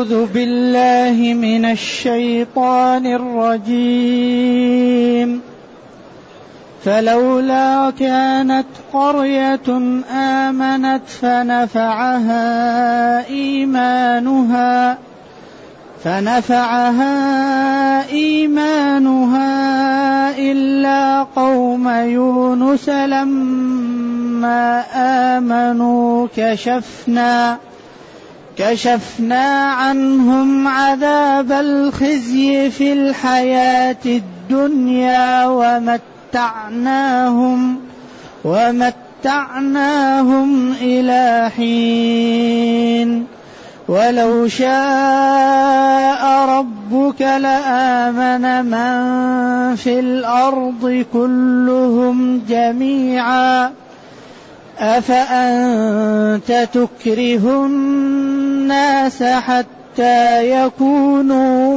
أعوذ بالله من الشيطان الرجيم. فلولا كانت قرية آمنت فنفعها إيمانها إلا قوم يونس لما آمنوا كشفنا عنهم عذاب الخزي في الحياة الدنيا ومتعناهم إلى حين ولو شاء ربك لآمن من في الأرض كلهم جميعا أفأنت تكره الناس حتى يكونوا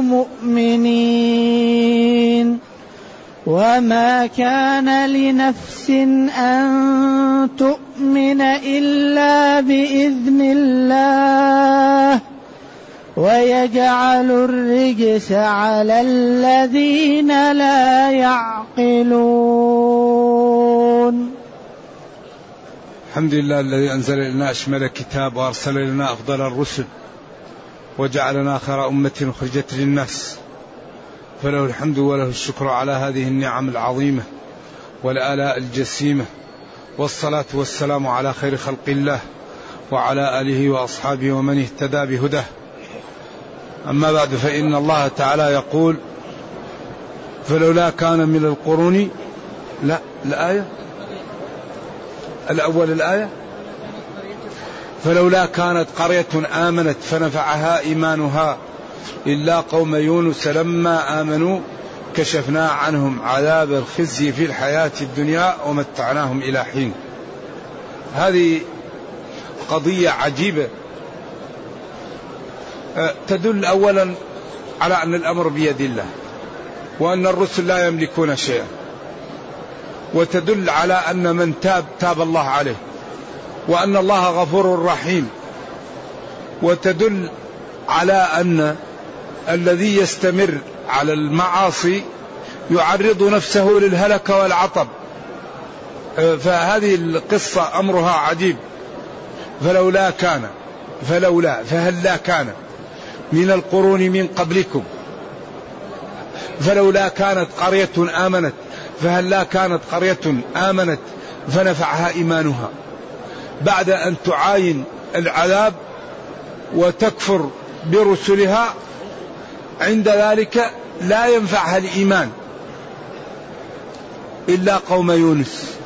مؤمنين وما كان لنفس أن تؤمن إلا بإذن الله ويجعل الرجس على الذين لا يعقلون. الحمد لله الذي أنزل لنا أشمل كتاب وأرسل لنا أفضل الرسل وجعلنا خير أمة أخرجت للناس، فله الحمد وله الشكر على هذه النعم العظيمة والآلاء الجسيمة، والصلاة والسلام على خير خلق الله وعلى آله وأصحابه ومن اهتدى بهداه. أما بعد، فإن الله تعالى يقول: فلولا كان من القرون الآية الأول الآية فلولا كانت قرية آمنت فنفعها إيمانها إلا قوم يونس لما آمنوا كشفنا عنهم عذاب الخزي في الحياة الدنيا ومتعناهم إلى حين. هذه قضية عجيبة تدل أولا على أن الأمر بيد الله وأن الرسل لا يملكون شيئا، وتدل على أن من تاب الله عليه، وأن الله غفور رحيم، وتدل على أن الذي يستمر على المعاصي يعرض نفسه للهلك والعطب. فهذه القصة أمرها عجيب. فهلا كان من القرون من قبلكم فلولا كانت قرية آمنت فهلا كانت قرية آمنت فنفعها إيمانها، بعد أن تعاين العذاب وتكفر برسلها عند ذلك لا ينفعها الإيمان إلا قوم يونس.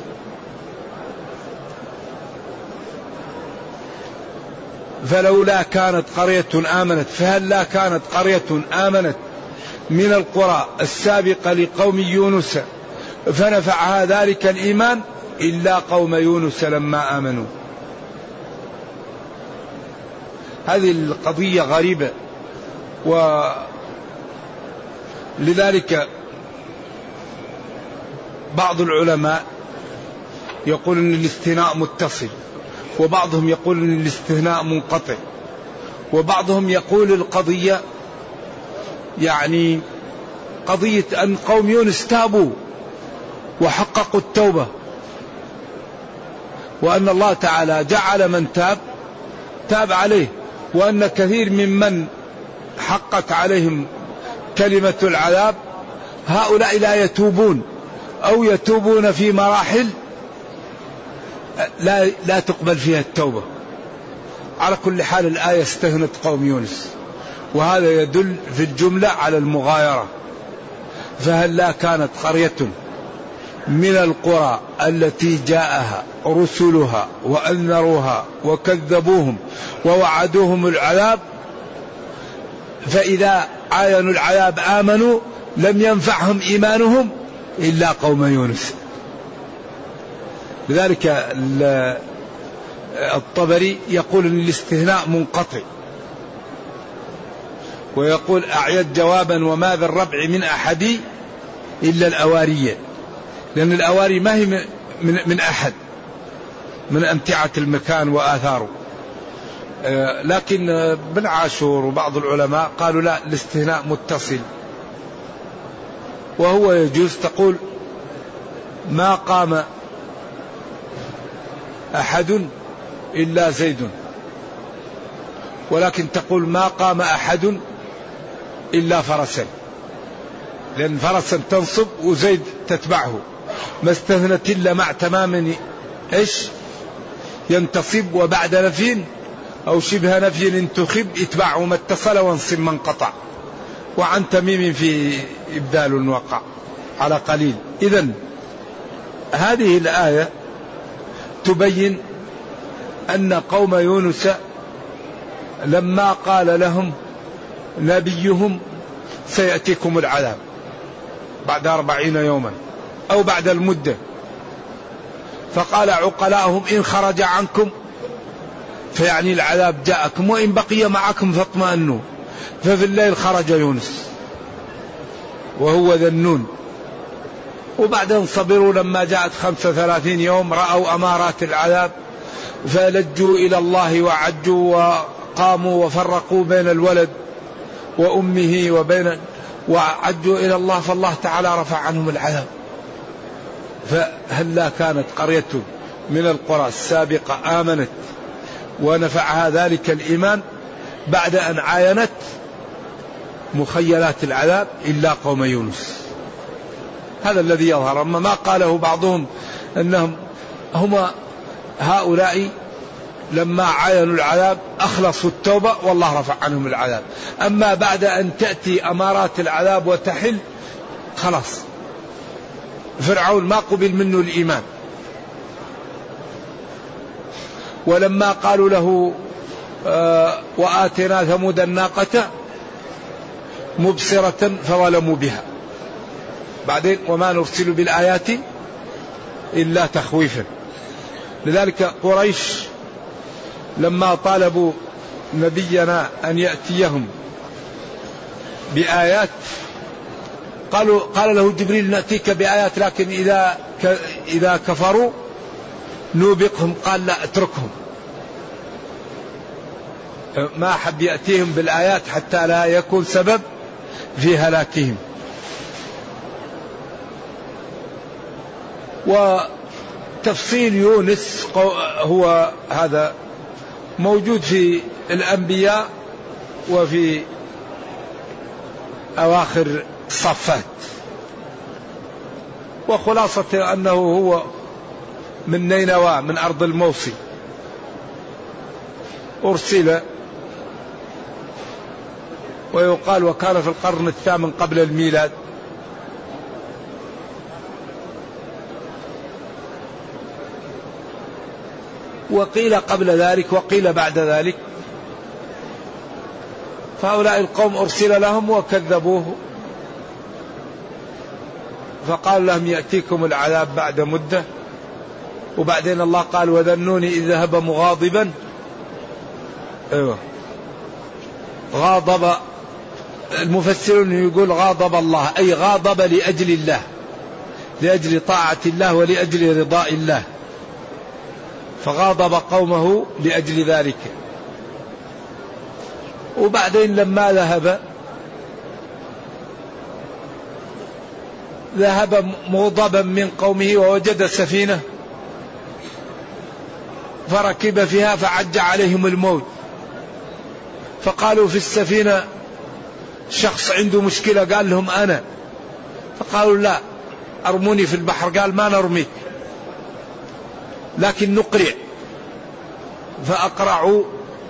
فلولا كانت قرية آمنت فهلا كانت قرية آمنت من القرى السابقة لقوم يونس فنفعها ذلك الإيمان إلا قوم يونس لما آمنوا. هذه القضية غريبة، ولذلك بعض العلماء يقول أن الاستثناء متصل، وبعضهم يقول أن الاستثناء منقطع، وبعضهم يقول القضية يعني قضية أن قوم يونس تابوا وحققوا التوبة، وأن الله تعالى جعل من تاب عليه، وأن كثير ممن حقت عليهم كلمة العذاب هؤلاء لا يتوبون أو يتوبون في مراحل لا تقبل فيها التوبة. على كل حال الآية استثنت قوم يونس، وهذا يدل في الجملة على المغايرة. فهلا كانت قرية من القرى التي جاءها رسلها وأنذروها وكذبوهم ووعدوهم العذاب، فإذا عاينوا العذاب آمنوا لم ينفعهم إيمانهم إلا قوم يونس. لذلك الطبري يقول أن الاستثناء منقطع، ويقول أعيد جوابا وما بالربع من أحد إلا الأوارية، لأن الأواري ما هي من أحد، من أمتعة المكان وآثاره. لكن ابن عاشور وبعض العلماء قالوا لا، الاستثناء متصل، وهو يجوز تقول ما قام أحد إلا زيد، ولكن تقول ما قام أحد إلا فرسا، لأن فرسا تنصب وزيد تتبعه، ما استثنت إلا مع تمام إيش ينتصب، وبعد نفي أو شبه نفي انتخب اتبعه ما اتصل وانصب ما انقطع، وعن تميم في إبدال وقع على قليل. إذن هذه الآية تبين أن قوم يونس لما قال لهم نبيهم سيأتيكم العذاب بعد 40 يوما أو بعد المدة، فقال عقلاؤهم إن خرج عنكم فيعني العذاب جاءكم، وإن بقي معكم فاطمئنوا. ففي الليل خرج يونس وهو ذنون، وبعدين صبروا لما جاءت 35 يوم رأوا أمارات العذاب فلجوا إلى الله وعجوا وقاموا وفرقوا بين الولد وأمه وعجوا إلى الله، فالله تعالى رفع عنهم العذاب. فهلا كانت قرية من القرى السابقة آمنت ونفعها ذلك الإيمان بعد أن عاينت مخيلات العذاب إلا قوم يونس. هذا الذي يظهر. أما ما قاله بعضهم أنهم هم هؤلاء لما عاينوا العذاب أخلصوا التوبة والله رفع عنهم العذاب، أما بعد أن تأتي أمارات العذاب وتحل خلاص. فرعون ما قبل منه الإيمان، ولما قالوا له وآتنا ثمود الناقة مبصرة فظلموا بها، بعدين وما نرسل بالآيات إلا تخويفا. لذلك قريش لما طالبوا نبينا أن يأتيهم بآيات قال له جبريل نأتيك بآيات، لكن إذا كفروا نوبقهم. قال لا اتركهم، ما حب يأتيهم بالآيات حتى لا يكون سبب في هلاكهم. وتفصيل يونس هو هذا موجود في الأنبياء وفي أواخر الصفات، وخلاصة أنه هو من نينوى من أرض الموصل، أرسل ويقال وكان في القرن الثامن قبل الميلاد. وقيل قبل ذلك وقيل بعد ذلك. فهؤلاء القوم أرسل لهم وكذبوه، فقال لهم يأتيكم العذاب بعد مدة. وبعدين الله قال وذنوني إذ ذهب مغاضبا. أيوة غاضب، المفسرون يقول غاضب الله، أي غاضب لأجل الله، لأجل طاعة الله ولأجل رضاء الله، فغاضب قومه لأجل ذلك. وبعدين لما ذهب مغضبا من قومه ووجد سفينة فركب فيها فعج عليهم الموت، فقالوا في السفينة شخص عنده مشكلة، قال لهم أنا، فقالوا لا أرموني في البحر، قال ما نرميك لكن نقرع، فأقرعوا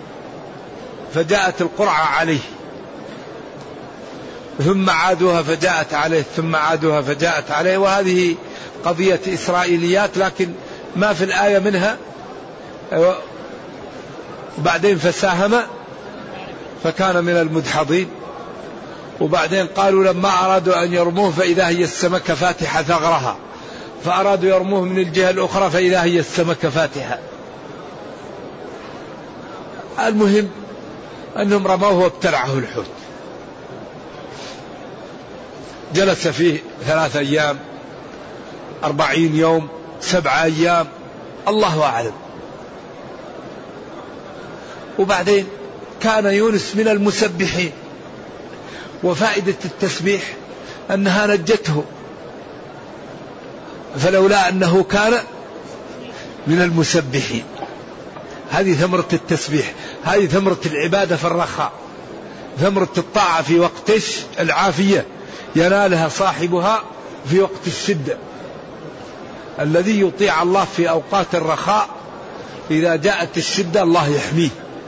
فجاءت القرعة عليه، ثم عادوها فجاءت عليه، ثم عادوها فجاءت عليه. وهذه قضية إسرائيليات لكن ما في الآية منها. وبعدين فساهم فكان من المدحضين. وبعدين قالوا لما أرادوا أن يرموه فإذا هي السمكة فاتحة ثغرها، فأرادوا يرموه من الجهة الأخرى فإذا هي السمكة فاتحة. المهم أنهم رموه وابتلعه الحوت، جلس فيه 3 أيام 40 يوم 7 أيام الله أعلم. وبعدين كان يونس من المسبحين، وفائدة التسبيح أنها نجته، فلولا أنه كان من المسبحين. هذه ثمرة التسبيح، هذه ثمرة العبادة في الرخاء، ثمرة الطاعة في وقت العافية ينالها صاحبها في وقت الشدة. الذي يطيع الله في أوقات الرخاء إذا جاءت الشدة الله يحميه،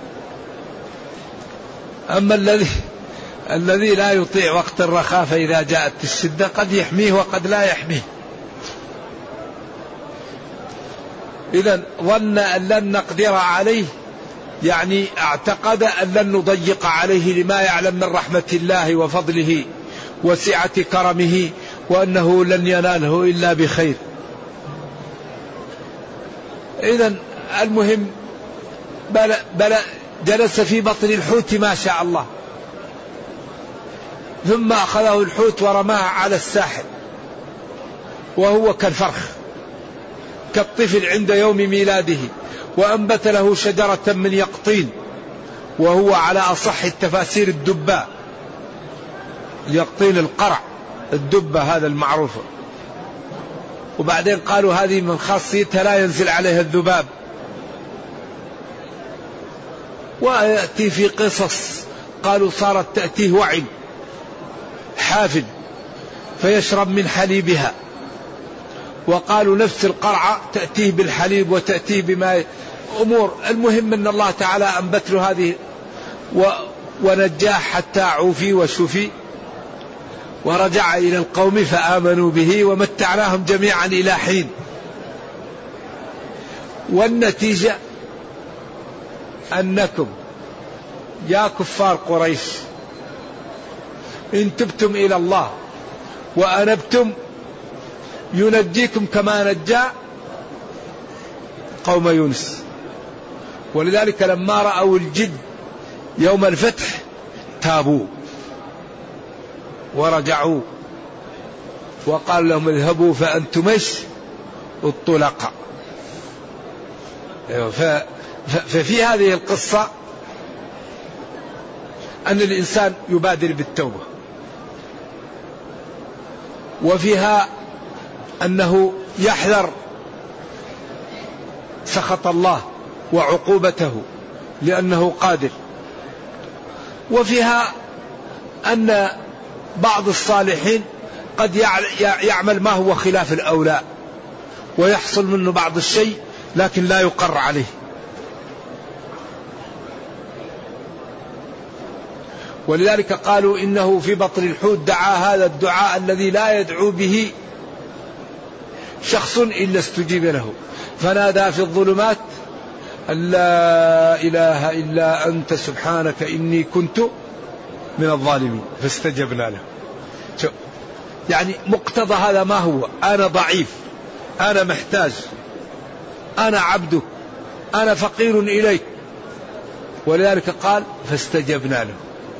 أما الذي لا يطيع وقت الرخاء فإذا جاءت الشدة قد يحميه وقد لا يحميه. إذن ظن أن لن نقدر عليه، يعني اعتقد أن لن نضيق عليه لما يعلم من رحمة الله وفضله وسعة كرمه، وأنه لن يناله إلا بخير. إذن المهم بل جلس في بطن الحوت ما شاء الله، ثم أخذه الحوت ورماه على الساحل وهو كالفرخ كالطفل عند يوم ميلاده، وأنبت له شجرة من يقطين وهو على أصح التفاسير الدباء، يقطين القرع الدبة هذا المعروف. وبعدين قالوا هذه من خاصيتها لا ينزل عليها الذباب. ويأتي في قصص قالوا صارت تأتيه وعي حافل فيشرب من حليبها، وقالوا نفس القرعة تأتيه بالحليب وتأتيه بما أمور. المهم أن الله تعالى أنبت له هذه ونجاه حتى عوفي وشفي، ورجع إلى القوم فآمنوا به ومتعناهم جميعا إلى حين. والنتيجة أنكم يا كفار قريش إن تبتم إلى الله وأنبتم ينجيكم كما نجى قوم يونس. ولذلك لما رأوا الجد يوم الفتح تابوا ورجعوا وقال لهم اذهبوا فأنتم الطلقاء. ففي هذه القصة أن الإنسان يبادر بالتوبة، وفيها أنه يحذر سخط الله وعقوبته لأنه قادر، وفيها أن بعض الصالحين قد يعمل ما هو خلاف الأولى ويحصل منه بعض الشيء لكن لا يقر عليه. ولذلك قالوا إنه في بطن الحوت دعا هذا الدعاء الذي لا يدعو به شخص إلا استجيب له، فنادى في الظلمات أن لا إله إلا أنت سبحانك إني كنت من الظالمين فاستجبنا له. يعني مقتضى هذا ما هو؟ أنا ضعيف، أنا محتاج، أنا عبدك، أنا فقير إليك. ولذلك قال فاستجبنا له.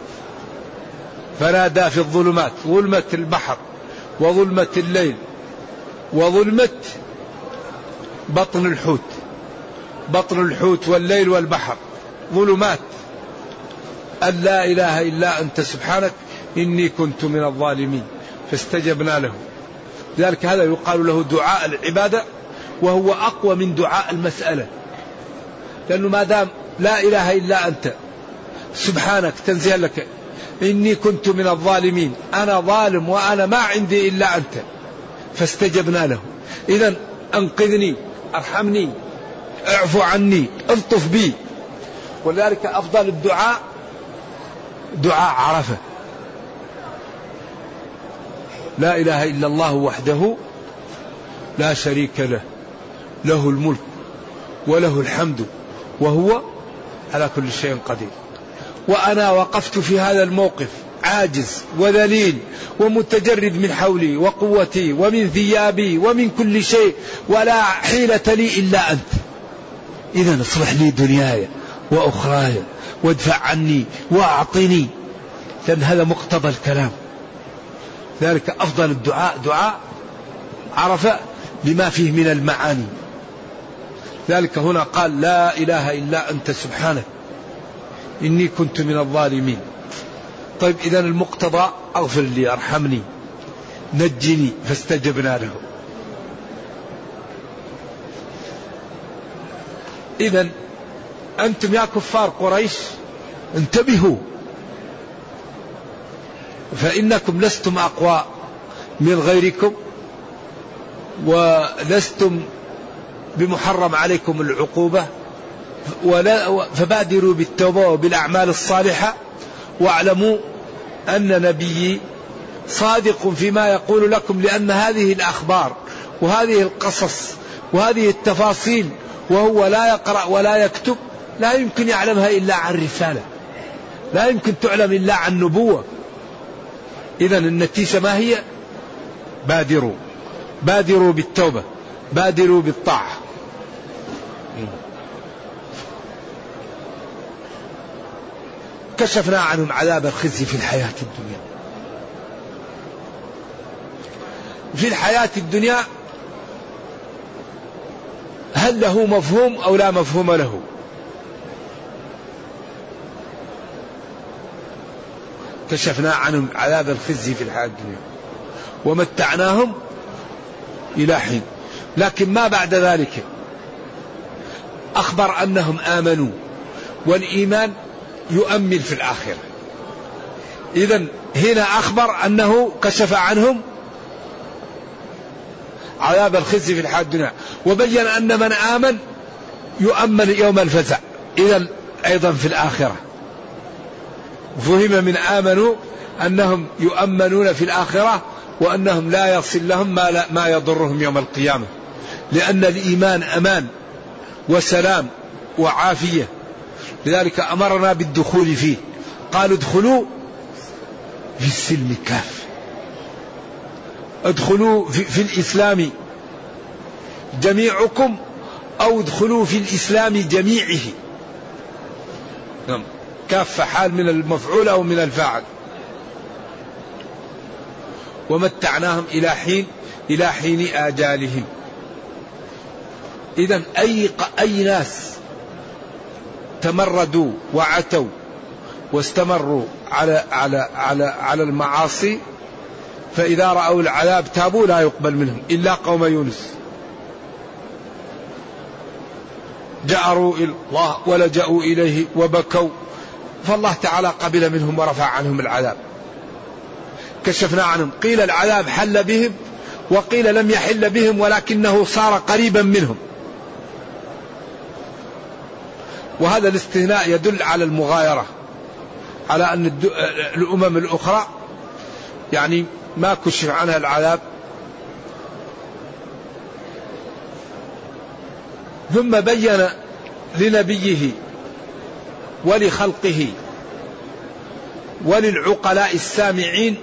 فنادى في الظلمات، ظلمة البحر وظلمة الليل وظلمة بطن الحوت، بطن الحوت والليل والبحر ظلمات، أن لا إله إلا أنت سبحانك إني كنت من الظالمين فاستجبنا له. لذلك هذا يقال له دعاء العبادة، وهو أقوى من دعاء المسألة، لأنه ما دام لا إله إلا أنت سبحانك تنزيه لك إني كنت من الظالمين، أنا ظالم وأنا ما عندي إلا أنت، فاستجبنا له. إذن أنقذني، أرحمني، اعفو عني، الطف بي. ولذلك أفضل الدعاء دعاء عرفة، لا إله إلا الله وحده لا شريك له، له الملك وله الحمد وهو على كل شيء قدير. وأنا وقفت في هذا الموقف عاجز وذليل ومتجرد من حولي وقوتي ومن ثيابي ومن كل شيء، ولا حيلة لي إلا أنت. إذن اصلح لي دنياي وأخراي وادفع عني وأعطني. لأن هذا مقتضى الكلام. ذلك أفضل الدعاء دعاء عرفة لما فيه من المعاني. ذلك هنا قال لا إله إلا أنت سبحانك إني كنت من الظالمين. طيب إذا المقتضى أغفر لي أرحمني نجني، فاستجبنا له. إذا أنتم يا كفار قريش انتبهوا، فإنكم لستم أقوى من غيركم، ولستم بمحرم عليكم العقوبة، فبادروا بالتوبة وبالأعمال الصالحة، واعلموا أن نبيي صادق فيما يقول لكم، لأن هذه الأخبار وهذه القصص وهذه التفاصيل وهو لا يقرأ ولا يكتب لا يمكن يعلمها إلا عن رسالة، لا يمكن تعلم إلا عن نبوة. إذن النتيجة ما هي؟ بادروا بالتوبة، بادروا بالطاعة. كشفنا عنهم عذاب الخزي في الحياة الدنيا. في الحياة الدنيا هل له مفهوم أو لا مفهوم له؟ كشفنا عنهم عذاب الخزي في الحياة الدنيا ومتعناهم إلى حين. لكن ما بعد ذلك أخبر أنهم آمنوا، والإيمان يؤمن في الآخرة. إذن هنا أخبر أنه كشف عنهم عذاب الخزي في الحياة الدنيا، وبين أن من آمن يؤمن يوم الفزع. إذن أيضا في الآخرة فهم من آمنوا أنهم يؤمنون في الآخرة، وأنهم لا يصل لهم ما يضرهم يوم القيامة، لأن الإيمان أمان وسلام وعافية. لذلك أمرنا بالدخول فيه، قالوا ادخلوا في السلم كافة، ادخلوا في الإسلام جميعكم أو ادخلوا في الإسلام جميعه. كافة حال من المفعول أو من الفاعل. ومتعناهم إلى حين آجالهم. إذن أي ناس تمردوا وعتوا واستمروا على المعاصي، فإذا رأوا العذاب تابوا لا يقبل منهم إلا قوم يونس، جأروا إلى الله ولجأوا إليه وبكوا، فالله تعالى قبل منهم ورفع عنهم العذاب. كشفنا عنهم، قيل العذاب حل بهم وقيل لم يحل بهم ولكنه صار قريبا منهم. وهذا الاستثناء يدل على المغايرة، على أن الأمم الأخرى يعني ما كشف عنها العذاب. ثم بين لنبيه ولخلقه وللعقلاء السامعين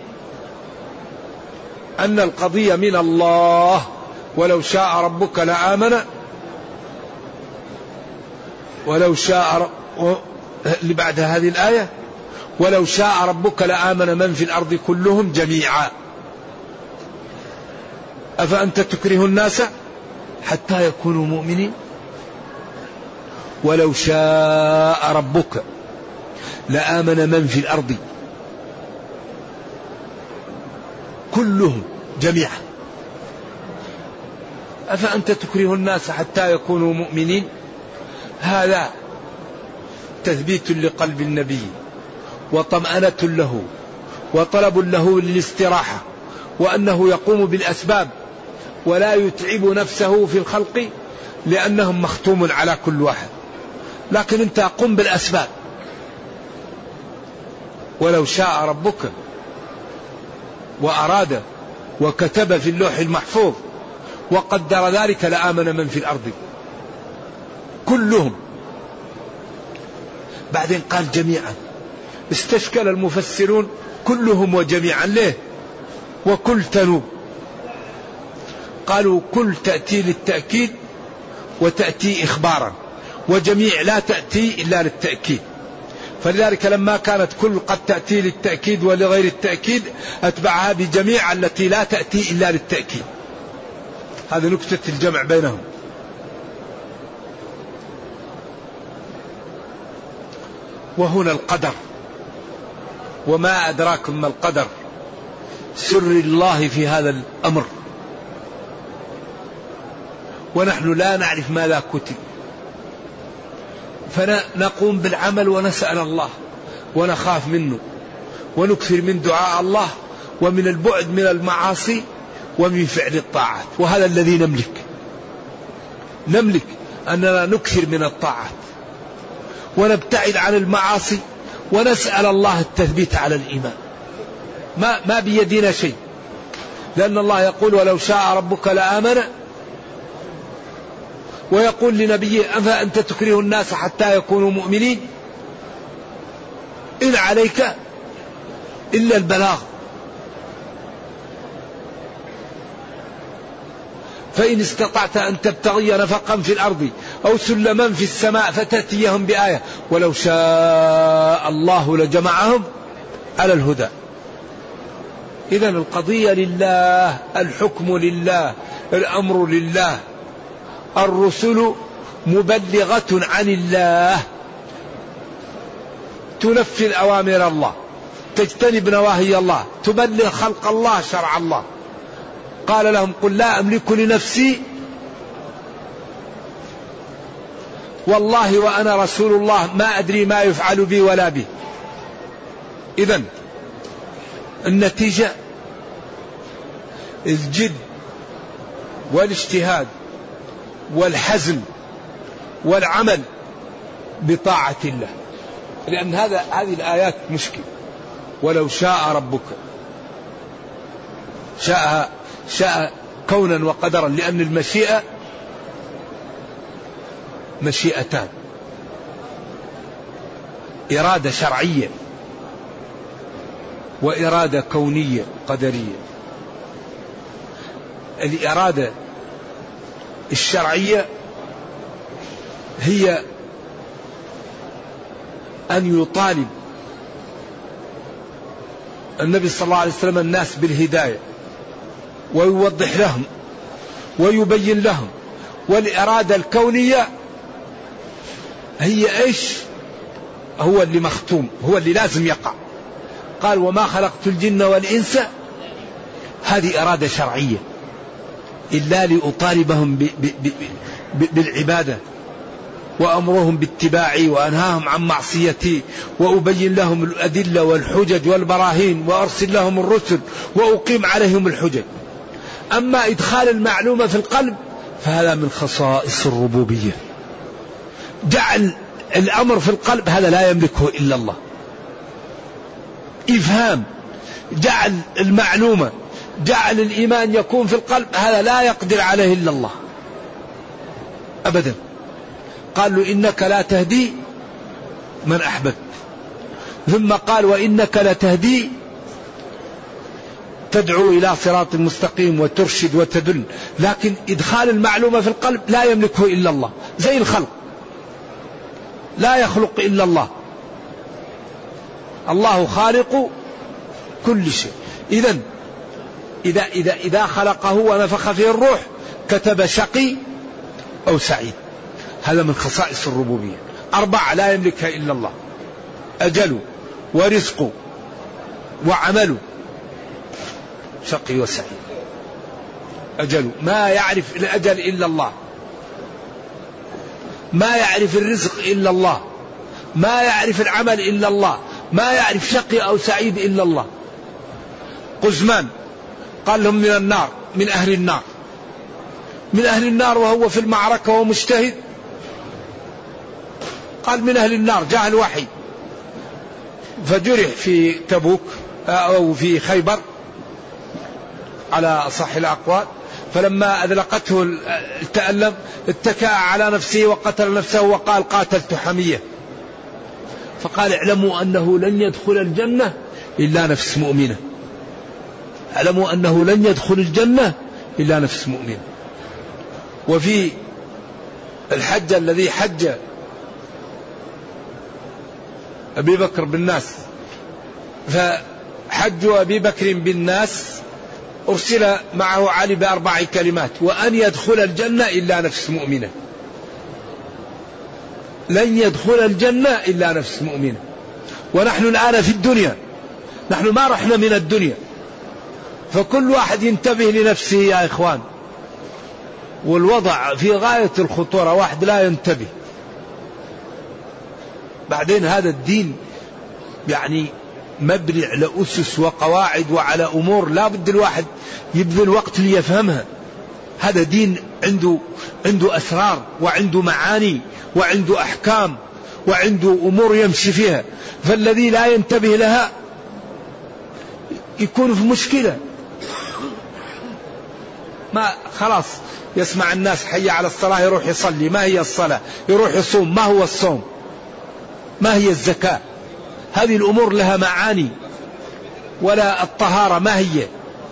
أن القضية من الله، ولو شاء ربك لآمن، ولو شاء لبعد هذه الآية ولو شاء ربك لآمن من في الأرض كلهم جميعا أفأنت تكره الناس حتى يكونوا مؤمنين. ولو شاء ربك لآمن من في الأرض كلهم جميعا أفأنت تكره الناس حتى يكونوا مؤمنين. هذا تثبيت لقلب النبي وطمأنة له وطلب له للاستراحة، وأنه يقوم بالأسباب ولا يتعب نفسه في الخلق لأنهم مختوم على كل واحد، لكن أنت قم بالأسباب. ولو شاء ربك وأراد وكتب في اللوح المحفوظ وقدر ذلك لآمن من في الأرض كلهم. بعدين قال جميعا، استشكل المفسرون كلهم وجميعا ليه؟ وكل تنوب، قالوا كل تأتي للتأكيد وتأتي إخبارا، وجميع لا تأتي إلا للتأكيد. فلذلك لما كانت كل قد تأتي للتأكيد ولغير التأكيد أتبعها بجميع التي لا تأتي إلا للتأكيد. هذا نكتة الجمع وهنا القدر، وما أدراكم ما القدر، سر الله في هذا الأمر، ونحن لا نعرف ماذا كتب، فنقوم بالعمل ونسأل الله ونخاف منه ونكثر من دعاء الله ومن البعد من المعاصي ومن فعل الطاعات. وهذا الذي نملك أننا نكثر من الطاعات ونبتعد عن المعاصي ونسأل الله التثبيت على الإيمان. ما بيدنا شيء، لأن الله يقول ولو شاء ربك لآمن، ويقول لنبيه أفأنت تكره الناس حتى يكونوا مؤمنين، إن عليك إلا البلاغ، فإن استطعت أن تبتغي نفقا في الأرض أو سلما في السماء فتأتيهم بآية ولو شاء الله لجمعهم على الهدى. إذن القضية لله، الحكم لله، الأمر لله، الرسل مبلغة عن الله، تنفذ أوامر الله، تجتنب نواهي الله، تبلغ خلق الله شرع الله. قال لهم قل لا أملك لنفسي والله وأنا رسول الله ما أدري ما يفعل بي ولا به. إذن النتيجة الجد والاجتهاد والحزم والعمل بطاعة الله، لأن هذه الآيات مشكلة. ولو شاء ربك، شاء كونا وقدرا، لأن المشيئة مشيئتان، إرادة شرعية وإرادة كونية قدرية. الإرادة الشرعية هي أن يطالب النبي صلى الله عليه وسلم الناس بالهداية ويوضح لهم ويبين لهم. والإرادة الكونية هي إيش؟ هو اللي مختوم، هو اللي لازم يقع. قال وما خلقت الجن والإنس، هذه إرادة شرعية، إلا لأطالبهم بالعبادة وأمرهم باتباعي وأنهاهم عن معصيتي وأبين لهم الأدلة والحجج والبراهين وأرسل لهم الرسل وأقيم عليهم الحجج. أما إدخال المعلومة في القلب فهذا من خصائص الربوبية. جعل الأمر في القلب هذا لا يملكه إلا الله. إفهام، جعل المعلومة، جعل الإيمان يكون في القلب، هذا لا يقدر عليه إلا الله أبدا. قال له إنك لا تهدي من أحببت، ثم قال وإنك لتهدي تدعو إلى صراط مستقيم وترشد وتدل. لكن إدخال المعلومة في القلب لا يملكه إلا الله، زي الخلق، لا يخلق إلا الله، الله خالق كل شيء. إذا خلقه ونفخ فيه الروح كتب شقي أو سعيد. هذا من خصائص الربوبية. 4 لا يملكها إلا الله: أجل ورزق وعمل، شقي وسعيد. أجل، ما يعرف الأجل إلا الله، ما يعرف الرزق إلا الله، ما يعرف العمل إلا الله، ما يعرف شقي أو سعيد إلا الله. قزمان قال لهم من النار، من أهل النار، من أهل النار وهو في المعركة ومجتهد. قال من أهل النار، جاء الوحي فجرح في تبوك أو في خيبر على صح الأقوال، فلما أذلقته التألم اتكأ على نفسه وقتل نفسه وقال قاتلت حمية. فقال اعلموا أنه لن يدخل الجنة إلا نفس مؤمنة، اعلموا أنه لن يدخل الجنة إلا نفس مؤمنة. وفي الحج الذي حج أبي بكر بالناس، فحج أبي بكر بالناس أرسل معه علي ب4 كلمات: وأن يدخل الجنة إلا نفس مؤمنة، لن يدخل الجنة إلا نفس مؤمنة. ونحن الآن في الدنيا، نحن ما رحنا من الدنيا، فكل واحد ينتبه لنفسه يا إخوان. والوضع في غاية الخطورة، واحد لا ينتبه. بعدين هذا الدين يعني مبني على أسس وقواعد وعلى أمور لا بد الواحد يبذل وقت ليفهمها. هذا دين عنده أسرار وعنده معاني وعنده أحكام وعنده أمور يمشي فيها، فالذي لا ينتبه لها يكون في مشكلة. ما خلاص يسمع الناس حي على الصلاة يروح يصلي، ما هي الصلاة؟ يروح يصوم، ما هو الصوم؟ ما هي الزكاة؟ هذه الأمور لها معاني. ولا الطهارة ما هي؟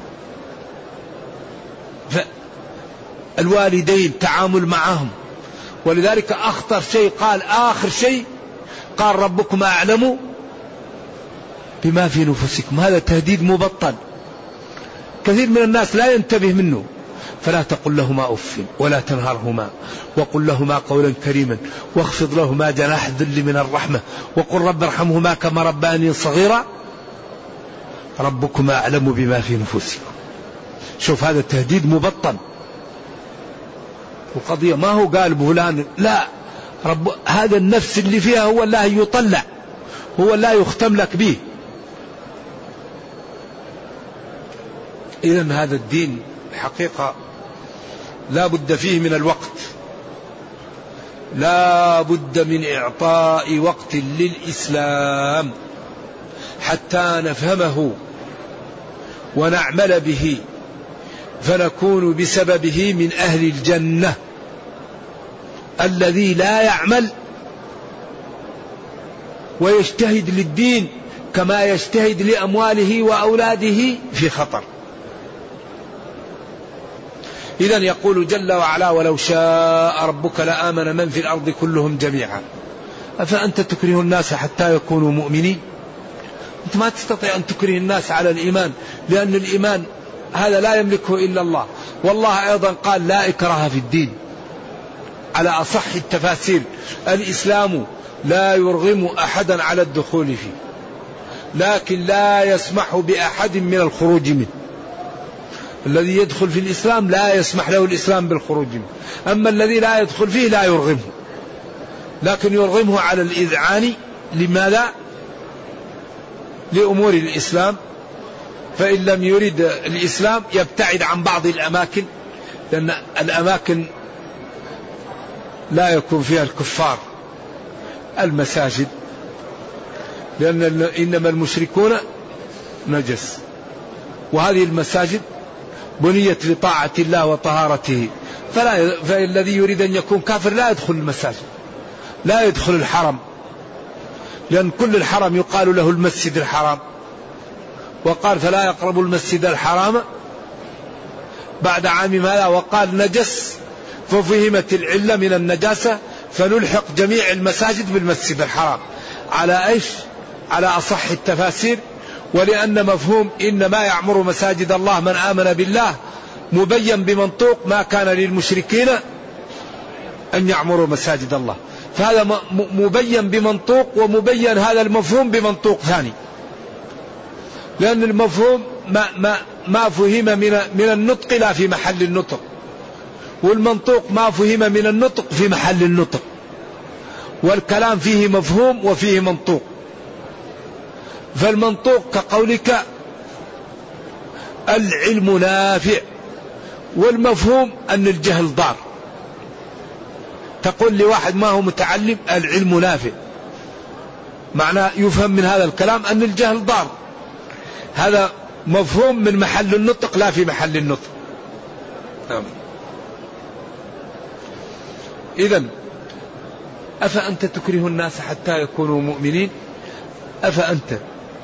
الوالدين تعامل معهم. ولذلك أخطر شيء قال آخر شيء قال ربكم أعلم بما في نفوسكم. هذا تهديد مبطل كثير من الناس لا ينتبه منه. فلا تقل لهما أف ولا تنهرهما وقل لهما قولا كريما واخفض لهما جناح الذل من الرحمة وقل رب ارحمهما كما رباني صغيرا ربكم أعلم بما في نفوسكم. شوف هذا التهديد مبطل. القضية ما هو قال فلان، لا، رب هذا النفس اللي فيها هو الله يطلع، هو الله يختم لك به. إذن هذا الدين حقيقة لا بد فيه من الوقت، لا بد من إعطاء وقت للإسلام حتى نفهمه ونعمل به فنكون بسببه من أهل الجنة. الذي لا يعمل ويجتهد للدين كما يجتهد لأمواله وأولاده في خطر. إذن يقول جل وعلا ولو شاء ربك لآمن من في الأرض كلهم جميعا أفأنت تكره الناس حتى يكونوا مؤمنين؟ أنت ما تستطيع أن تكره الناس على الإيمان، لأن الإيمان هذا لا يملكه إلا الله. والله أيضا قال لا إكراه في الدين على أصح التفاسير. الإسلام لا يرغم أحدا على الدخول فيه، لكن لا يسمح بأحد من الخروج منه. الذي يدخل في الإسلام لا يسمح له الإسلام بالخروج منه، أما الذي لا يدخل فيه لا يرغمه، لكن يرغمه على الإذعان. لماذا؟ لأمور الإسلام. فإن لم يرد الإسلام يبتعد عن بعض الأماكن، لأن الأماكن لا يكون فيها الكفار. المساجد، لأن إنما المشركون نجس، وهذه المساجد بنيت لطاعة الله وطهارته. فالذي يريد أن يكون كافر لا يدخل المساجد، لا يدخل الحرم، لأن كل الحرم يقال له المسجد الحرام. وقال فلا يقرب المسجد الحرام بعد عام هذا، وقال نجس ففهمت العلة من النجاسة فنلحق جميع المساجد بالمسجد الحرام. على إيش؟ على أصح التفاسير. ولأن مفهوم إنما يعمر مساجد الله من آمن بالله مبين بمنطوق ما كان للمشركين أن يعمروا مساجد الله، فهذا مبين بمنطوق، ومبين هذا المفهوم بمنطوق ثاني. لأن المفهوم ما فهم من النطق لا في محل النطق، والمنطوق ما فهم من النطق في محل النطق، والكلام فيه مفهوم وفيه منطوق. فالمنطوق كقولك العلم نافع، والمفهوم أن الجهل ضار. تقول لواحد ما هو متعلم العلم نافع، معناه يفهم من هذا الكلام أن الجهل ضار. هذا مفهوم من محل النطق لا في محل النطق. إذن أفأنت تكره الناس حتى يكونوا مؤمنين؟ أفأنت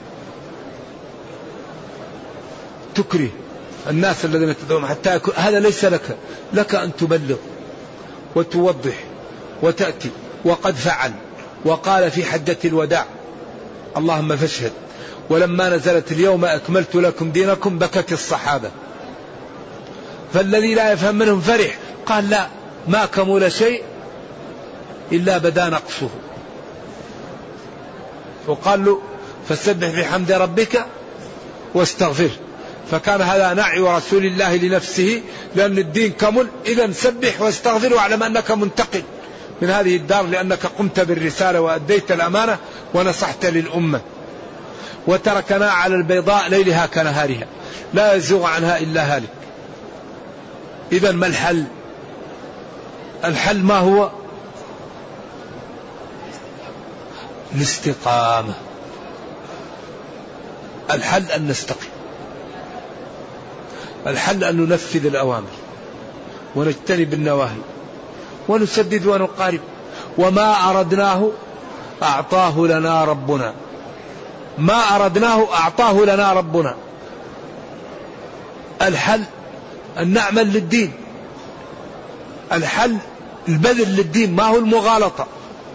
تكره الناس الذين تدعون حتى هذا ليس لك أن تبلغ وتوضح وتأتي. وقد فعل وقال في حجة الوداع اللهم فاشهد. ولما نزلت اليوم أكملت لكم دينكم بكت الصحابة. فالذي لا يفهم منهم فرح، قال لا، ما كمل شيء إلا بدا نقصه. وقال له فسبح بحمد ربك واستغفر. فكان هذا نعي رسول الله لنفسه، لأن الدين كمل. إذا سبح واستغفر واعلم أنك منتقل من هذه الدار، لأنك قمت بالرسالة وأديت الأمانة ونصحت للأمة. وتركنا على البيضاء ليلها كنهارها لا يزوغ عنها إلا هالك. إذا ما الحل؟ الحل ما هو؟ الاستقامة. الحل أن نستقيم، الحل أن ننفذ الأوامر ونجتنب النواهي ونسدد ونقارب. وما أردناه أعطاه لنا ربنا، ما أردناه أعطاه لنا ربنا. الحل أن نعمل للدين، الحل البذل للدين، ما هو المغالطة.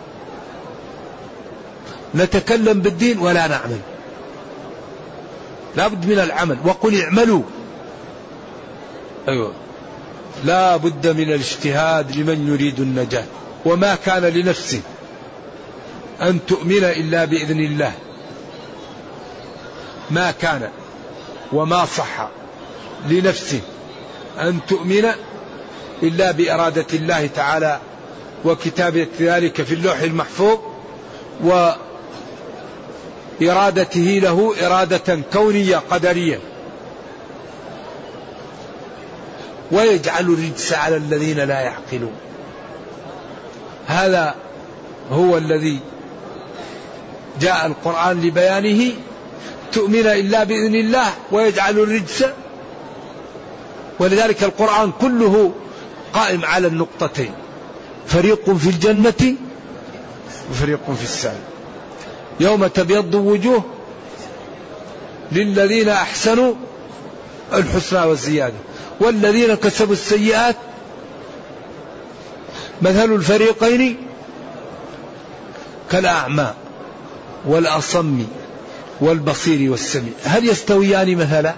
نتكلم بالدين ولا نعمل، لا بد من العمل. وقل اعملوا، أيوة، لا بد من الاجتهاد لمن يريد النجاة. وما كان لنفس أن تؤمن إلا بإذن الله، ما كان وما صح لنفس أن تؤمن إلا بإرادة الله تعالى وكتابة ذلك في اللوح المحفوظ، وإرادته له إرادة كونية قدرية. ويجعل الرجس على الذين لا يعقلون. هذا هو الذي جاء القرآن لبيانه، تؤمن إلا بإذن الله ويجعل الرجس. ولذلك القرآن كله قائم على النقطتين، فريق في الجنة وفريق في السعير. يوم تبيض وجوه للذين أحسنوا الحسنى والزيادة، والذين كسبوا السيئات مثل الفريقين كالأعمى والأصم والبصير والسميع هل يستويان مثلا؟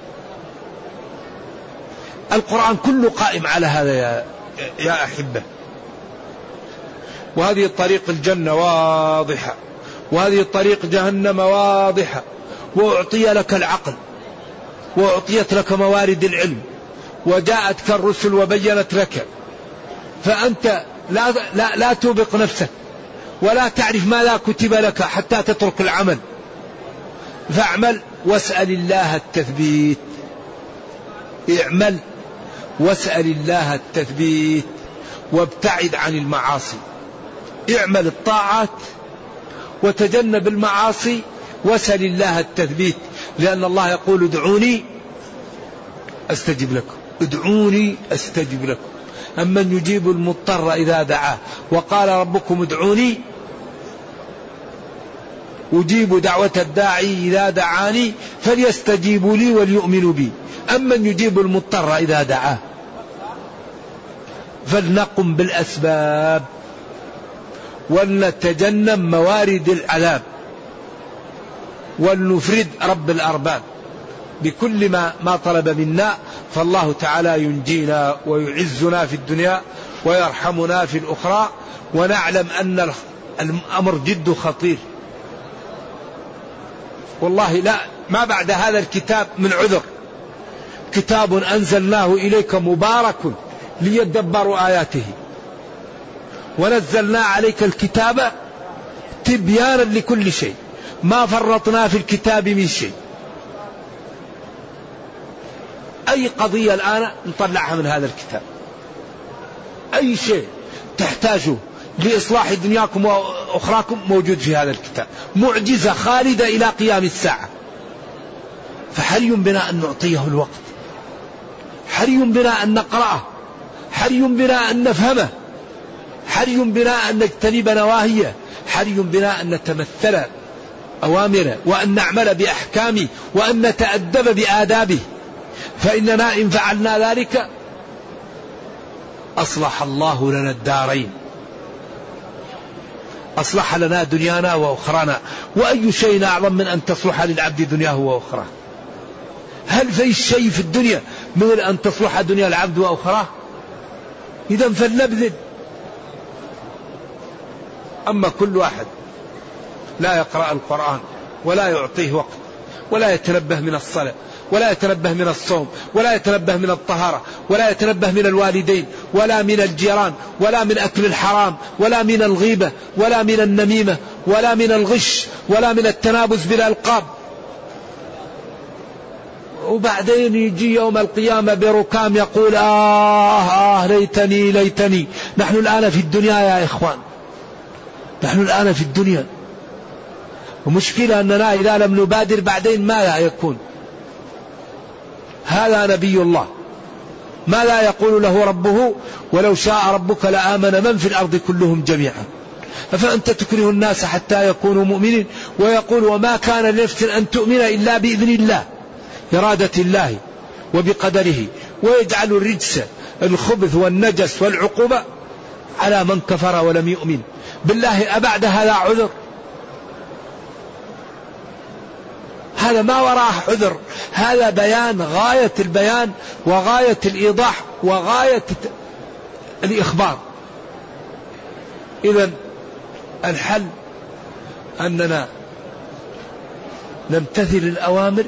القرآن كله قائم على هذا يا أحبة. وهذه طريق الجنة واضحة، وهذه طريق جهنم واضحة. وأعطي لك العقل، وأعطيت لك موارد العلم، وجاءتك الرسل وبينت لك، فأنت لا توبق نفسك ولا تعرف ما لا كتب لك حتى تترك العمل. فاعمل واسأل الله التثبيت، اعمل واسأل الله التثبيت، وابتعد عن المعاصي. اعمل الطاعات وتجنب المعاصي واسأل الله التثبيت، لأن الله يقول ادعوني أستجب لكم، ادعوني أستجب لكم، أمن يجيب المضطر إذا دعاه، وقال ربكم ادعوني أجيب دعوة الداعي إذا دعاني فليستجيبوا لي وليؤمنوا بي، أمن يجيب المضطر إذا دعاه. فلنقم بالأسباب ولنتجنب موارد العذاب، ولنفرد رب الأرباب بكل ما طلب منا. فالله تعالى ينجينا ويعزنا في الدنيا ويرحمنا في الأخرى، ونعلم أن الأمر جد خطير. والله لا، ما بعد هذا الكتاب من عذر. كتاب أنزلناه إليك مبارك ليدبروا آياته، ونزلنا عليك الكتاب تبيانا لكل شيء، ما فرطنا في الكتاب من شيء. أي قضية الآن نطلعها من هذا الكتاب، أي شيء تحتاجه لإصلاح دنياكم وأخراكم موجود في هذا الكتاب، معجزة خالدة إلى قيام الساعة. فحري بنا أن نعطيه الوقت، حري بنا أن نقرأه، حري بنا أن نفهمه، حري بنا أن نجتنب نواهيه، حري بنا أن نتمثل أوامره وأن نعمل بأحكامه وأن نتأدب بآدابه. فإننا إن فعلنا ذلك أصلح الله لنا الدارين، أصلح لنا دنيانا وأخرانا. وأي شيء أعظم من أن تصلح للعبد دنياه وأخراه؟ هل في شيء في الدنيا من أن تصلح دنيا العبد وأخراه؟ إذا فلنبذل. أما كل واحد لا يقرأ القرآن ولا يعطيه وقت، ولا يتنبه من الصلاة، ولا يتنبه من الصوم، ولا يتنبه من الطهارة، ولا يتنبه من الوالدين، ولا من الجيران، ولا من أكل الحرام، ولا من الغيبة، ولا من النميمة، ولا من الغش، ولا من التنابز بالألقاب. وبعدين يجي يوم القيامة بركام يقول ليتني. نحن الآن في الدنيا يا إخوان، نحن الآن في الدنيا، ومشكلة أننا إذا لم نبادر بعدين ماذا يكون؟ هذا نبي الله، ما لا يقول له ربه ولو شاء ربك لآمن من في الأرض كلهم جميعا أفأنت تكره الناس حتى يكونوا مؤمنين؟ ويقول وما كان لنفس أن تؤمن إلا بإذن الله، إرادة الله وبقدره، ويجعل الرجس الخبث والنجس والعقوبة على من كفر ولم يؤمن. بالله أبعد هذا عذر؟ هذا ما وراءه عذر، هذا بيان، غاية البيان وغاية الإيضاح وغاية الإخبار. إذن الحل أننا نمتثل الأوامر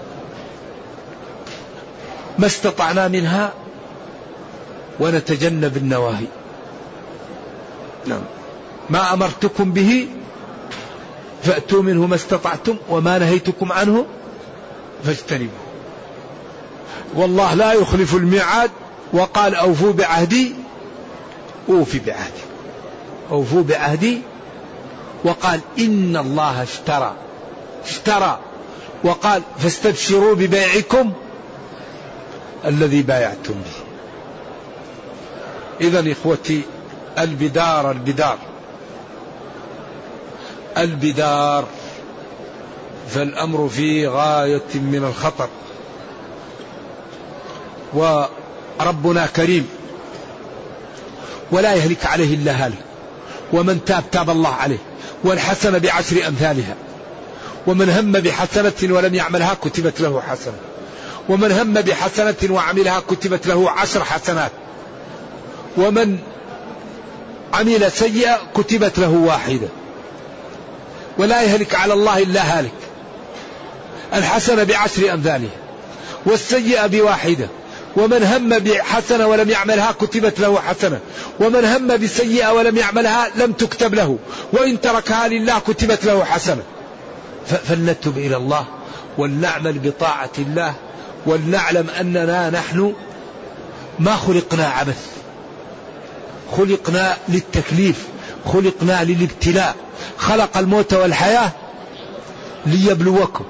ما استطعنا منها ونتجنب النواهي. نعم. ما أمرتكم به فأتوا منه ما استطعتم وما نهيتكم عنه فاجتنبوا. والله لا يخلف الميعاد، وقال أوفوا بعهدي أوفي بعهدي، أوفوا بعهدي. وقال إن الله اشترى وقال فاستبشروا ببيعكم الذي بايعتم به. إذن إخوتي البدار فالأمر في غاية من الخطر. وربنا كريم ولا يهلك عليه إلا هالك، ومن تاب الله عليه، والحسنة بعشر أمثالها، ومن هم بحسنة ولم يعملها كتبت له حسنة، ومن هم بحسنة وعملها كتبت له 10 حسنات، ومن عمل سيئة كتبت له 1. ولا يهلك على الله إلا هالك. الحسنة بعشر أمثالها والسيئة ب1. ومن هم بحسنة ولم يعملها كتبت له حسنة، ومن هم بسيئة ولم يعملها لم تكتب له، وإن تركها لله كتبت له حسنة. فلنتب إلى الله ولنعمل بطاعة الله، ولنعلم أننا نحن ما خلقنا عبث، خلقنا للتكليف، خلقنا للابتلاء. خلق الموت والحياة ليبلوكم.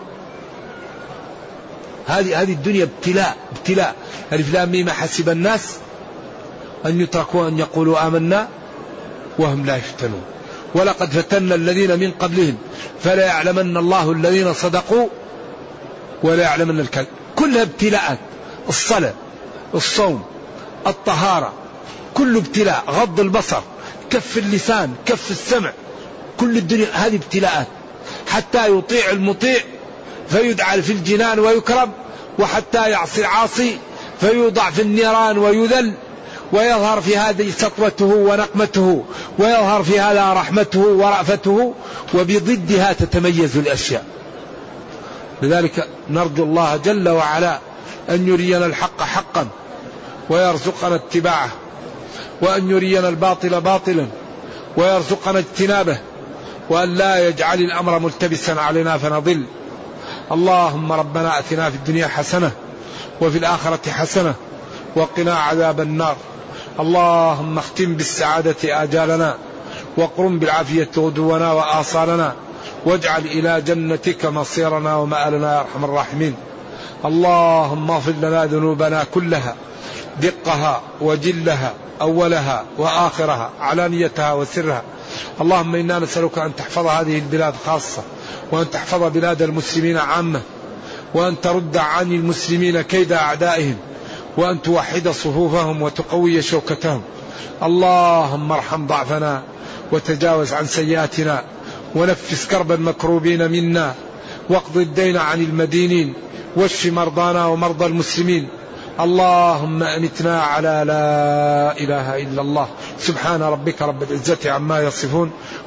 هذه الدنيا ابتلاء. ألف لام ميم حسب الناس أن يتركوا أن يقولوا آمنا وهم لا يفتنون. ولقد فتنا الذين من قبلهم فلا يعلمن الله الذين صدقوا ولا يعلمن الكذب. كلها ابتلاءات. الصلاة، الصوم، الطهارة، كل ابتلاء. غض البصر، كف اللسان، كف السمع، كل الدنيا هذه ابتلاءات. حتى يطيع المطيع فيدعى في الجنان ويكرم، وحتى يعصي العاصي فيوضع في النيران ويذل. ويظهر في هذه سطوته ونقمته، ويظهر في هذا رحمته ورأفته، وبضدها تتميز الأشياء. لذلك نرجو الله جل وعلا أن يرينا الحق حقا ويرزقنا اتباعه، وأن يرينا الباطل باطلا ويرزقنا اجتنابه، وأن لا يجعل الأمر ملتبسا علينا فنضل. اللهم ربنا أتنا في الدنيا حسنة وفي الآخرة حسنة وقنا عذاب النار. اللهم اختم بالسعادة آجالنا، وقرم بالعافية غدونا وآصالنا، واجعل إلى جنتك مصيرنا ومآلنا يا أرحم الراحمين. اللهم اغفر لنا ذنوبنا كلها، دقها وجلها، أولها وآخرها، علانيتها وسرها. اللهم إنا نسألك أن تحفظ هذه البلاد خاصة، وأن تحفظ بلاد المسلمين عامة، وأن ترد عن المسلمين كيد أعدائهم، وأن توحد صفوفهم وتقوي شوكتهم. اللهم ارحم ضعفنا وتجاوز عن سيئاتنا، ونفس كرب المكروبين منا، واقض الدين عن المدينين، واشف مرضانا ومرضى المسلمين. اللهم أمتنا على لا إله إلا الله. سبحان ربك رب العزة عما يصفون،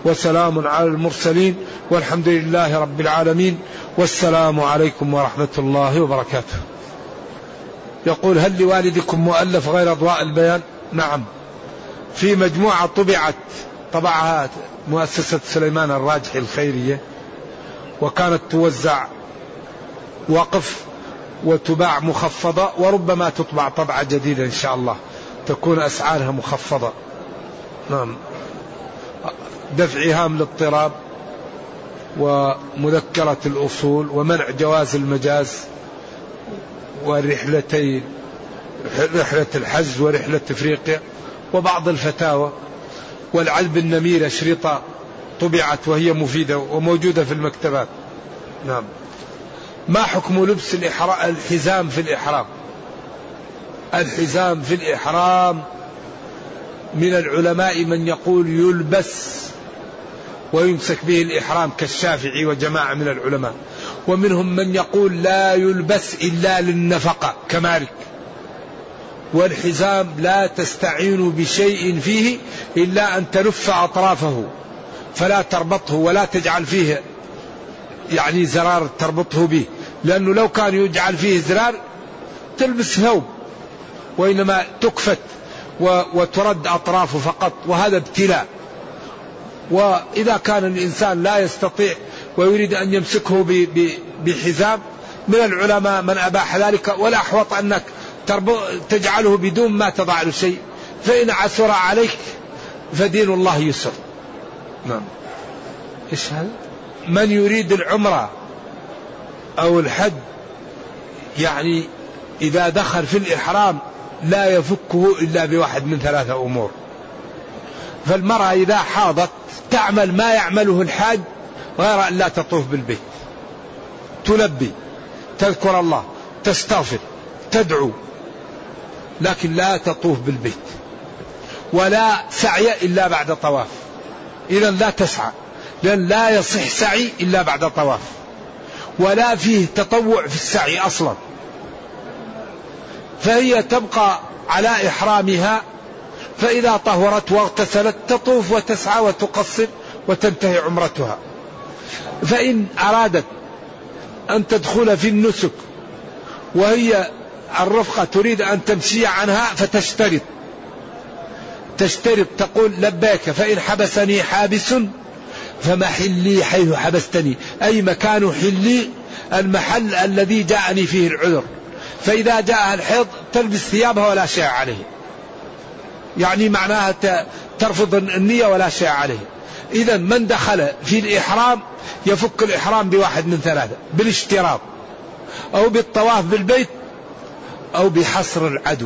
وسلام على المرسلين والحمد لله رب العالمين، والسلام عليكم ورحمة الله وبركاته. يقول: هل لوالدكم مؤلف غير أضواء البيان؟ نعم، في مجموعة طبعها مؤسسة سليمان الراجحي الخيرية، وكانت توزع وقف وتباع مخفضة، وربما تطبع طبعة جديدة إن شاء الله تكون أسعارها مخفضة. نعم، دفع هام الاضطراب، ومذكرة الأصول، ومنع جواز المجاز، والرحلتين، رحلة الحج ورحلة إفريقيا، وبعض الفتاوى، والعلب النمير أشرطة طبعت وهي مفيدة وموجودة في المكتبات. نعم. ما حكم لبس الحزام في الإحرام؟ الحزام في الإحرام من العلماء من يقول يلبس ويمسك به الإحرام كالشافعي وجماعة من العلماء، ومنهم من يقول لا يلبس إلا للنفقة كمالك. والحزام لا تستعين بشيء فيه إلا أن تلف أطرافه، فلا تربطه ولا تجعل فيه يعني زرار تربطه به، لأنه لو كان يجعل فيه زرار تلبس ثوب، وإنما تكفت وترد أطرافه فقط، وهذا ابتلاء. وإذا كان الإنسان لا يستطيع ويريد أن يمسكه بحزام، من العلماء من أباح ذلك، والأحوط أنك تجعله بدون ما تضع له شيء، فإن عسر عليك فدين الله يسر. نعم. إيش هذا؟ من يريد العمرة أو الحج، يعني إذا دخل في الإحرام لا يفكه إلا بواحد من 3 أمور. فالمرأة إذا حاضت تعمل ما يعمله الحاج غير أن لا تطوف بالبيت، تلبي، تذكر الله، تستغفر، تدعو، لكن لا تطوف بالبيت، ولا سعي إلا بعد طواف. إذا لا تسعى، لأن لا يصح سعي إلا بعد طواف، ولا فيه تطوع في السعي أصلا. فهي تبقى على إحرامها، فإذا طهرت واغتسلت تطوف وتسعى وتقصر وتنتهي عمرتها. فإن أرادت أن تدخل في النسك وهي الرفقة تريد أن تمشي عنها تشترط تقول لبيك فإن حبسني حابس فمحلي حيث حبستني، أي مكان حلي المحل الذي جاءني فيه العذر. فإذا جاءها الحيض تلبس ثيابها ولا شيء عليه، يعني معناها ترفض النية ولا شيء عليه. إذا من دخل في الإحرام يفك الإحرام بواحد من 3: بالاشتراط، أو بالطواف بالبيت، أو بحصر العدو.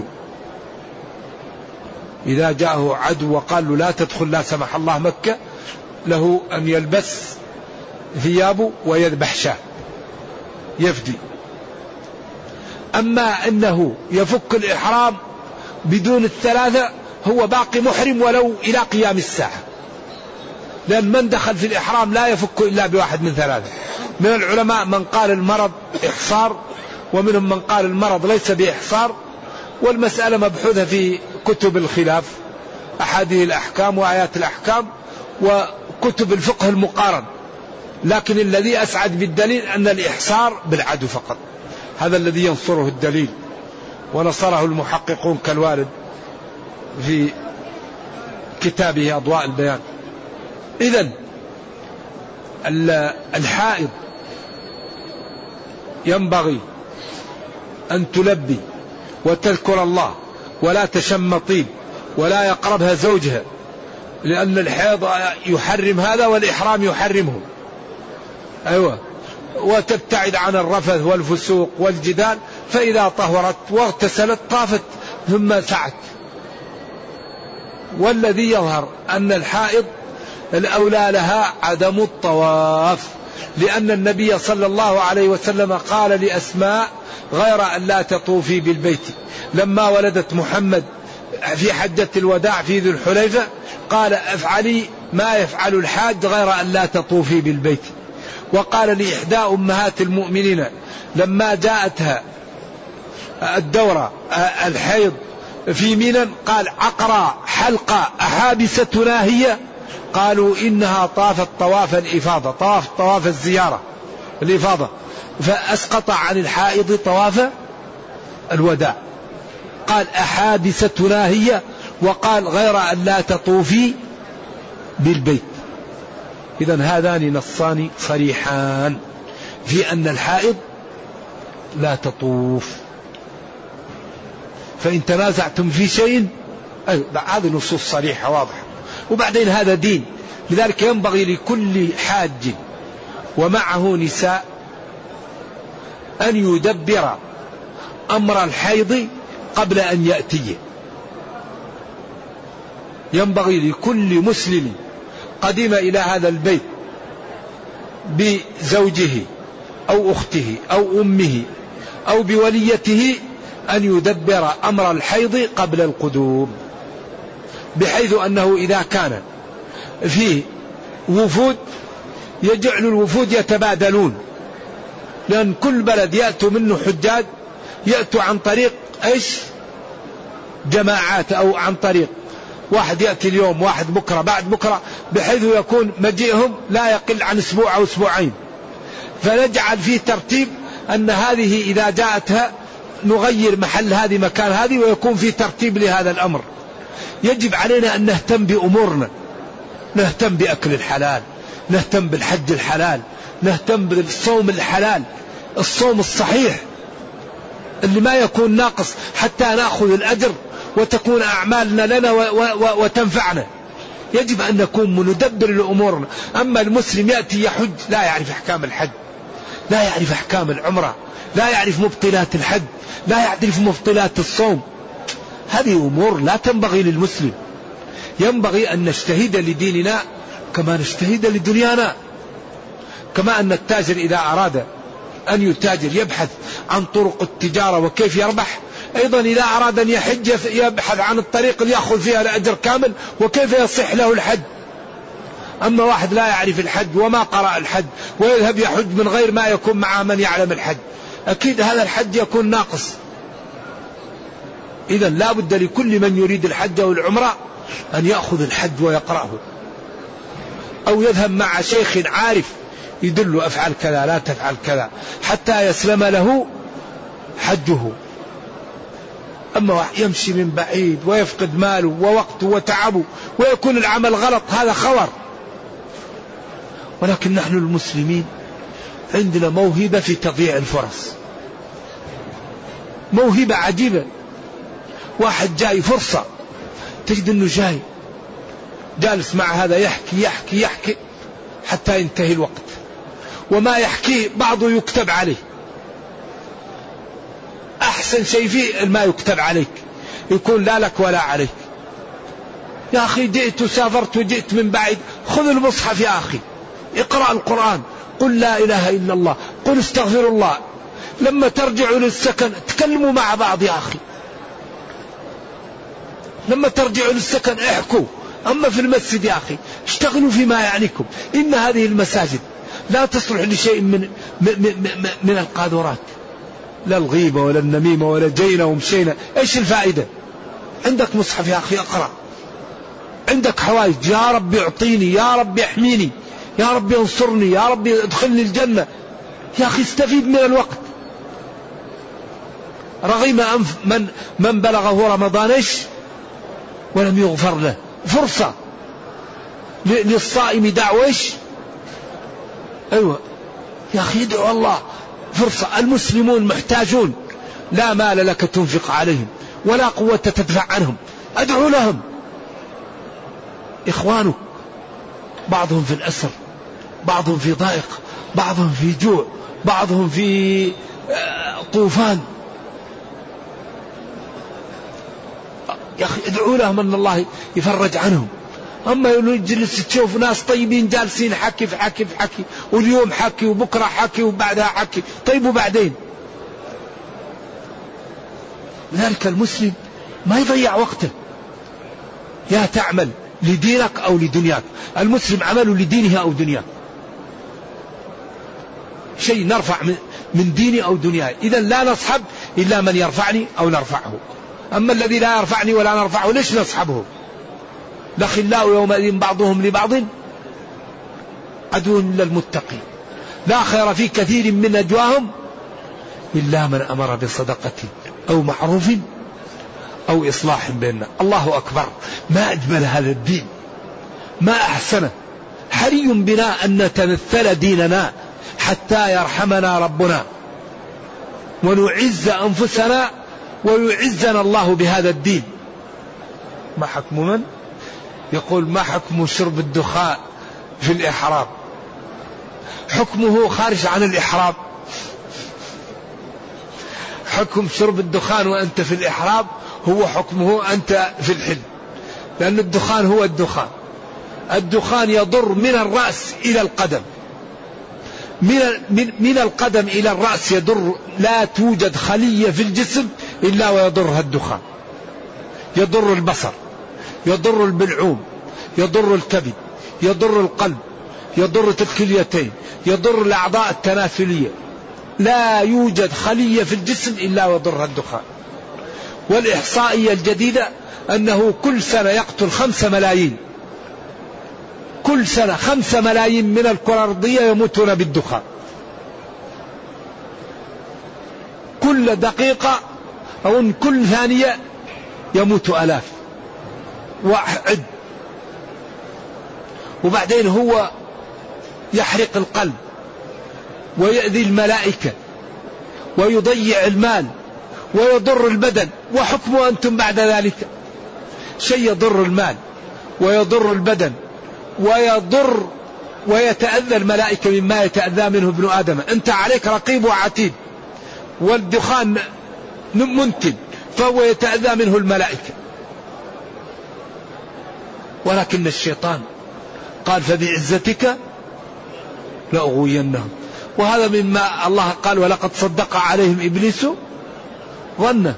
إذا جاءه عدو وقال له لا تدخل لا سمح الله مكة، له أن يلبس ثيابه ويذبح شاة يفدي. أما أنه يفك الإحرام بدون ال3 هو باقي محرم ولو إلى قيام الساعة، لأن من دخل في الإحرام لا يفك إلا بواحد من 3. من العلماء من قال المرض إحصار، ومنهم من قال المرض ليس بإحصار، والمسألة مبحوثة في كتب الخلاف، أحاديث الأحكام وآيات الأحكام وكتب الفقه المقارن. لكن الذي أسعد بالدليل أن الإحصار بالعدو فقط، هذا الذي ينصره الدليل، ونصره المحققون كالوارد في كتابه أضواء البيان. إذن الحائض ينبغي أن تلبي وتذكر الله ولا تشم طيب ولا يقربها زوجها، لأن الحيض يحرم هذا والإحرام يحرمه. أيوة. وتبتعد عن الرفث والفسوق والجدال، فإذا طهرت واغتسلت طافت ثم سعت. والذي يظهر أن الحائض الأولى لها عدم الطواف، لأن النبي صلى الله عليه وسلم قال لأسماء غير أن لا تطوفي بالبيت. لما ولدت محمد في حجة الوداع في ذي الحليفة قال افعلي ما يفعل الحاج غير أن لا تطوفي بالبيت. وقال لإحدى أمهات المؤمنين لما جاءتها الدورة الحيض في منى قال عقرى حلقة أحابستنا هي، قالوا إنها طافت طواف الإفاضة، طواف الزيارة الإفاضة، فأسقط عن الحائض طواف الوداع. قال أحادثتنا هي، وقال غير أن لا تطوفي بالبيت. إذن هذان نصان صريحان في أن الحائض لا تطوف. فإن تنازعتم في شيء، هذه نصوص صريحة واضحة. وبعدين هذا دين، لذلك ينبغي لكل حاج ومعه نساء أن يدبر أمر الحيض قبل أن يأتي. ينبغي لكل مسلم قدم إلى هذا البيت بزوجه أو أخته أو أمه أو بوليته أن يدبر أمر الحيض قبل القدوم، بحيث أنه إذا كان فيه وفود يجعل الوفود يتبادلون، لأن كل بلد يأتوا منه حجاج يأتوا عن طريق إيش؟ جماعات، أو عن طريق واحد يأتي اليوم، واحد بكرة، بعد بكرة، بحيث يكون مجيئهم لا يقل عن أسبوع أو أسبوعين. فنجعل فيه ترتيب أن هذه إذا جاءتها نغير محل هذه مكان هذه، ويكون في ترتيب لهذا الأمر. يجب علينا أن نهتم بأمورنا، نهتم بأكل الحلال، نهتم بالحج الحلال، نهتم بالصوم الحلال، الصوم الصحيح اللي ما يكون ناقص، حتى نأخذ الأجر وتكون أعمالنا لنا وتنفعنا. يجب أن نكون ندبر لأمورنا. أما المسلم يأتي يحج لا يعرف أحكام الحج، لا يعرف أحكام العمرة، لا يعرف مبطلات الحج، لا يعرف مبطلات الصوم. هذه أمور لا تنبغي للمسلم. ينبغي أن نجتهد لديننا كما نجتهد لدنيانا. كما أن التاجر إذا أراد أن يتاجر يبحث عن طرق التجارة وكيف يربح، أيضا إذا أراد أن يحج يبحث عن الطريق اللي يأخذ فيها الأجر كامل وكيف يصح له الحج. أما واحد لا يعرف الحج وما قرأ الحج ويذهب يحج من غير ما يكون معه من يعلم الحج، أكيد هذا الحج يكون ناقص. إذن لا بد لكل من يريد الحج والعمرة أن يأخذ الحج ويقرأه، أو يذهب مع شيخ عارف يدل أفعل كذا لا تفعل كذا، حتى يسلم له حجه. أما يمشي من بعيد ويفقد ماله ووقته وتعبه ويكون العمل غلط، هذا خور. ولكن نحن المسلمين عندنا موهبة في تضييع الفرص، موهبة عجيبة. واحد جاي فرصة تجد أنه جاي جالس مع هذا يحكي يحكي يحكي حتى ينتهي الوقت، وما يحكيه بعضه يكتب عليه. أحسن شيء فيه ما يكتب عليك، يكون لا لك ولا عليك. يا أخي جئت وسافرت وجئت من بعيد، خذ المصحف يا أخي، اقرأ القرآن، قل لا إله إلا الله، قل استغفر الله. لما ترجعوا للسكن تكلموا مع بعض يا أخي، لما ترجعوا للسكن احكوا. أما في المسجد يا أخي اشتغلوا فيما يعنيكم. إن هذه المساجد لا تصلح لشيء من القاذورات، لا الغيبة ولا النميمة ولا جينا ومشينا. ايش الفائدة؟ عندك مصحف يا أخي اقرأ، عندك حوائج، يا رب يعطيني، يا رب يحميني، يا رب ينصرني، يا رب يدخلني الجنة. يا أخي استفيد من الوقت. رغم أنف من بلغه رمضان ايش ولم يغفر له. فرصة للصائم دعوة ايش؟ ايوه يا أخي ادعو الله، فرصة. المسلمون محتاجون، لا مال لك تنفق عليهم ولا قوة تدفع عنهم، ادعو لهم. إخوانك بعضهم في الأسر، بعضهم في ضائق، بعضهم في جوع، بعضهم في طوفان. يا أخي ادعو لهم أن الله يفرج عنهم. أما يجلس تشوف ناس طيبين جالسين حكي في حكي في حكي، واليوم حكي وبكرة حكي وبعدها حكي، طيب وبعدين؟ لذلك المسلم ما يضيع وقته، يا تعمل لدينك أو لدنياك. المسلم عمله لدينه أو دنياه، شيء نرفع من ديني أو دنياي. إذا لا نصحب إلا من يرفعني أو نرفعه. أما الذي لا يرفعني ولا نرفعه ليش نصحبه؟ لخلاء يومئذ بعضهم لبعض عدو للمتقين لا خير في كثير من نجواهم إلا من أمر بصدقة أو معروف أو إصلاح بيننا. الله أكبر، ما أجمل هذا الدين، ما أحسنه. حري بنا أن نتمثل ديننا حتى يرحمنا ربنا ونعز أنفسنا ويعزنا الله بهذا الدين. ما حكم من؟ يقول ما حكم شرب الدخان في الإحرام؟ حكمه خارج عن الإحرام. حكم شرب الدخان وأنت في الإحرام هو حكمه أنت في الحل، لأن الدخان هو الدخان. الدخان يضر من الرأس إلى القدم، من القدم إلى الرأس يضر. لا توجد خلية في الجسم إلا ويضرها الدخان. يضر البصر، يضر البلعوم، يضر الكبد، يضر القلب، يضر الكليتين، يضر الأعضاء التناسلية. لا يوجد خلية في الجسم إلا ويضرها الدخان. والإحصائية الجديدة أنه كل سنة يقتل 5 ملايين، كل سنة 5 ملايين من الكرة الأرضية يموتون بالدخان. كل دقيقة أو كل ثانية يموت 1000 وعد. وبعدين هو يحرق القلب ويؤذي الملائكة ويضيع المال ويضر البدن. وحكمه أنتم بعد ذلك؟ شيء يضر المال ويضر البدن ويضر ويتأذى الملائكة مما يتأذى منه ابن آدم. أنت عليك رقيب وعتيد، والدخان منتن فهو يتأذى منه الملائكة. ولكن الشيطان قال فبعزتك لأغوينهم. وهذا مما الله قال ولقد صدق عليهم إبليس ظنه.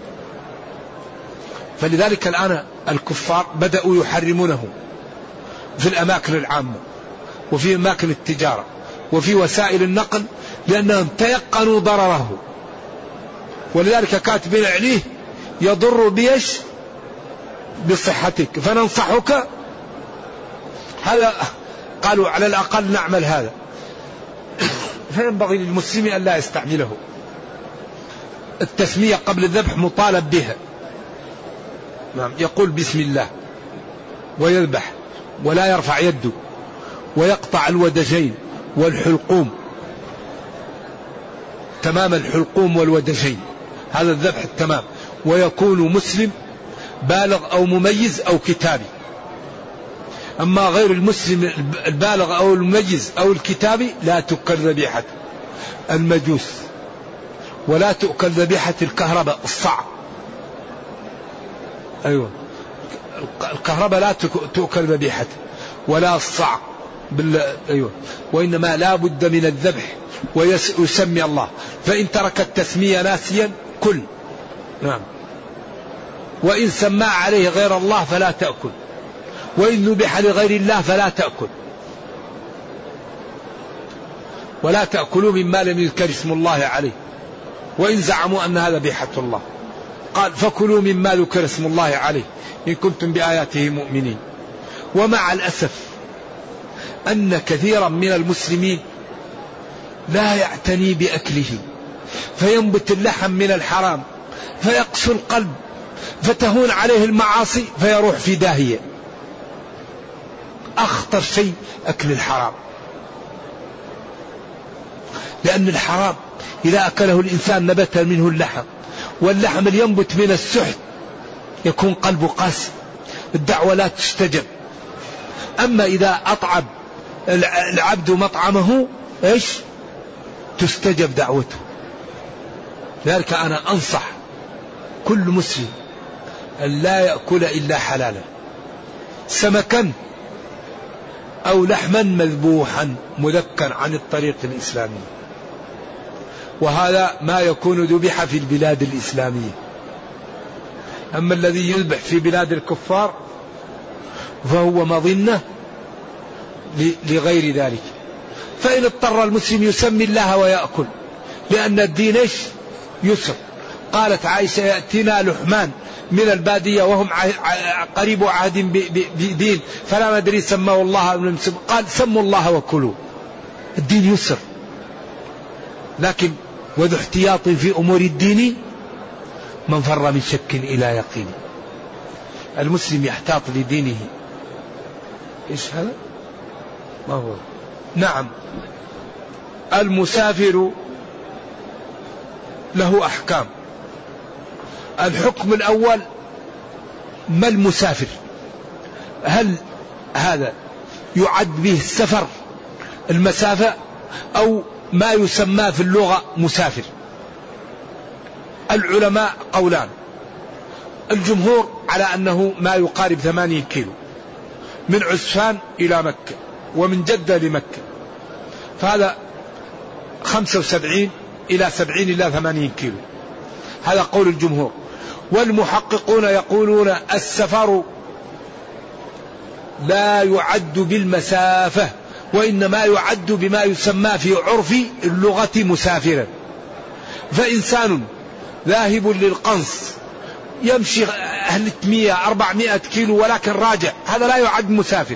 فلذلك الآن الكفار بدأوا يحرمونه في الأماكن العامة وفي أماكن التجارة وفي وسائل النقل، لأنهم تيقنوا ضرره. ولذلك كاتبين عليه يضر بيش بصحتك فننصحك. هذا قالوا على الأقل نعمل هذا. فينبغي للمسلم أن لا يستعمله. التسمية قبل الذبح مطالب بها. يقول بسم الله ويذبح ولا يرفع يده ويقطع الودجين والحلقوم، تمام الحلقوم والودجين، هذا الذبح التمام. ويكون مسلم بالغ أو مميز أو كتابي. أما غير المسلم البالغ أو المميز أو الكتابي لا تؤكل ذبيحة المجوس، ولا تؤكل ذبيحة الكهرباء الصعب. أيوة، الكهرباء لا تؤكل ذبيحته ولا الصعق أيوة. وإنما لا بد من الذبح ويسمي الله. فإن ترك التسمية ناسيا كل. نعم. وإن سمى عليه غير الله فلا تأكل، وإن ذبح لغير الله فلا تأكل. ولا تأكلوا مما لم يذكر اسم الله عليه وإن زعموا أن هذا ذبيحة الله. قال فكلوا مما ذكر اسم الله عليه إن كنتم بآياته مؤمنين. ومع الأسف أن كثيرا من المسلمين لا يعتني بأكله، فينبت اللحم من الحرام فيقسو القلب فتهون عليه المعاصي فيروح في داهية. أخطر شيء أكل الحرام، لأن الحرام إذا أكله الإنسان نبت منه اللحم، واللحم اللي ينبت من السحت يكون قلبه قاسي، الدعوة لا تستجب. أما إذا أطعم العبد مطعمه إيش تستجب دعوته. لذلك أنا أنصح كل مسلم أن لا يأكل إلا حلالا، سمكا أو لحما مذبوحا مذكا عن الطريق الإسلامي. وهذا ما يكون ذبح في البلاد الإسلامية. أما الذي يذبح في بلاد الكفار فهو مظنة لغير ذلك. فإن اضطر المسلم يسمي الله ويأكل، لأن الدين يسر. قالت عائشة يأتينا لحمان من البادية وهم قريب عهد بدين فلا ندري سماه الله، قال سموا الله وكلوا. الدين يسر، لكن وذو احتياط في أمور الدين من فر من شك إلى يقين. المسلم يحتاط لدينه. إيش هذا؟ ما هو؟ نعم. المسافر له أحكام. الحكم الأول: ما المسافر؟ هل هذا يعد به السفر المسافة أو ما يسمى في اللغة مسافر؟ العلماء قولان. الجمهور على أنه ما يقارب 80 كيلو من عسفان إلى مكة ومن جدة لمكة، فهذا 75 إلى 70 إلى 80 كيلو، هذا قول الجمهور. والمحققون يقولون السفر لا يعد بالمسافة، وإنما يعد بما يسمى في عرف اللغة مسافرا. فإنسان ذاهب للقنص يمشي 300-400 كيلو ولكن راجع، هذا لا يعد مسافر.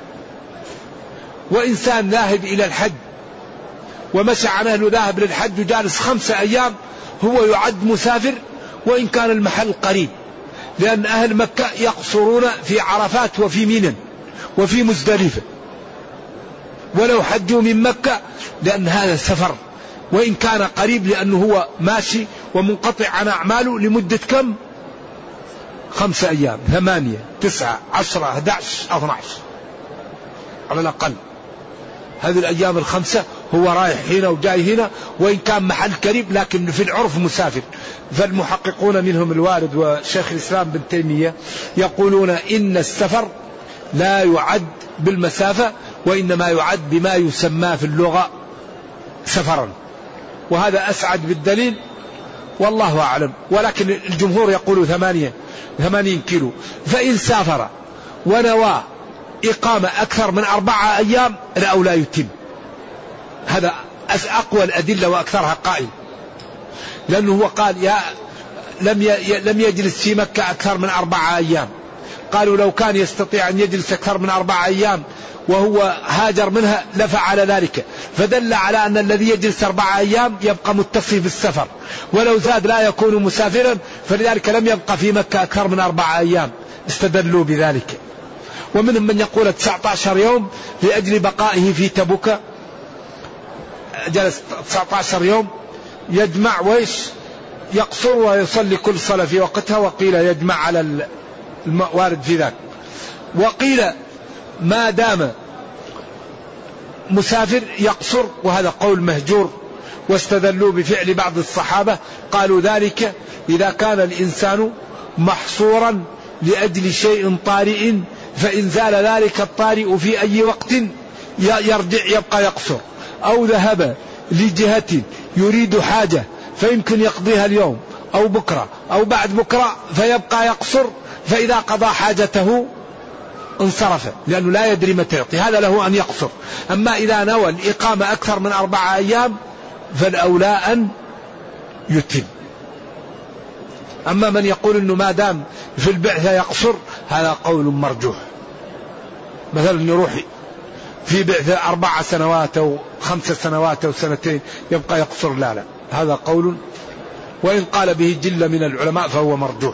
وإنسان ذاهب إلى الحج ومشى عن أهله ذاهب للحج وجالس 5 أيام هو يعد مسافر وإن كان المحل قريب، لأن أهل مكة يقصرون في عرفات وفي منى وفي مزدلفة ولو حجوا من مكة، لأن هذا سفر وإن كان قريب، لأنه هو ماشي ومنقطع عن أعماله لمدة كم؟ 5 أيام، 8 9 10 11 12 على الأقل. هذه الأيام ال5 هو رايح هنا وجاي هنا، وإن كان محل قريب لكن في العرف مسافر. فالمحققون منهم الوارد وشيخ الإسلام بن تيمية يقولون إن السفر لا يعد بالمسافة، وإنما يعد بما يسمى في اللغة سفرا، وهذا أسعد بالدليل والله أعلم. ولكن الجمهور يقول 80 كيلو. فإن سافر ونوى إقامة أكثر من 4 أيام أو لا يتم، هذا أقوى الأدلة وأكثرها قائل، لأنه هو قال لم يجلس في مكة أكثر من 4 أيام. قالوا لو كان يستطيع أن يجلس أكثر من 4 أيام وهو هاجر منها لفعل ذلك، فدل على أن الذي يجلس 4 أيام يبقى متصف بالسفر، ولو زاد لا يكون مسافرا، فلذلك لم يبقى في مكة أكثر من 4 أيام، استدلوا بذلك. ومنهم من يقول 19 يوم لأجل بقائه في تبوك، جلس 19 يوم يجمع ويش يقصر ويصلي كل صلاة في وقتها، وقيل يجمع على الوارد في ذلك. وقيل ما دام مسافر يقصر، وهذا قول مهجور، واستدلوا بفعل بعض الصحابة، قالوا ذلك إذا كان الإنسان محصورا لأجل شيء طارئ، فإن زال ذلك الطارئ في أي وقت يرجع يبقى يقصر، أو ذهب لجهة يريد حاجة فيمكن يقضيها اليوم أو بكرة أو بعد بكرة فيبقى يقصر، فإذا قضى حاجته انصرف، لأنه لا يدري متى يعطي، هذا له أن يقصر. أما إذا نوى الإقامة أكثر من 4 أيام فالأولى أن يتم. أما من يقول أنه ما دام في البعثة يقصر، هذا قول مرجوح. مثلا يروح في بعثة 4 سنوات أو 5 سنوات أو 2 يبقى يقصر، لا هذا قول، وإن قال به جلة من العلماء فهو مرجوح.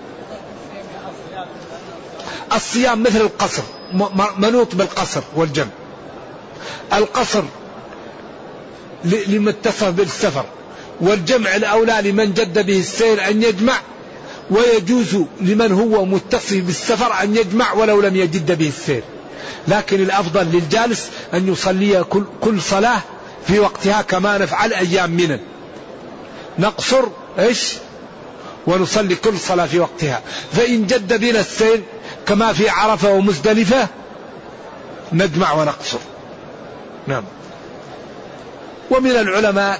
الصيام مثل القصر، منوط بالقصر والجمع. القصر لمن اتصف بالسفر، والجمع الأولى لمن جد به السير أن يجمع، ويجوز لمن هو متصف بالسفر أن يجمع ولو لم يجد به السير، لكن الأفضل للجالس أن يصلي كل صلاة في وقتها كما نفعل أيام منى، نقصر ونصلي كل صلاة في وقتها. فإن جد بنا السير كما في عرفة ومزدلفة نجمع ونقصر. نعم. ومن العلماء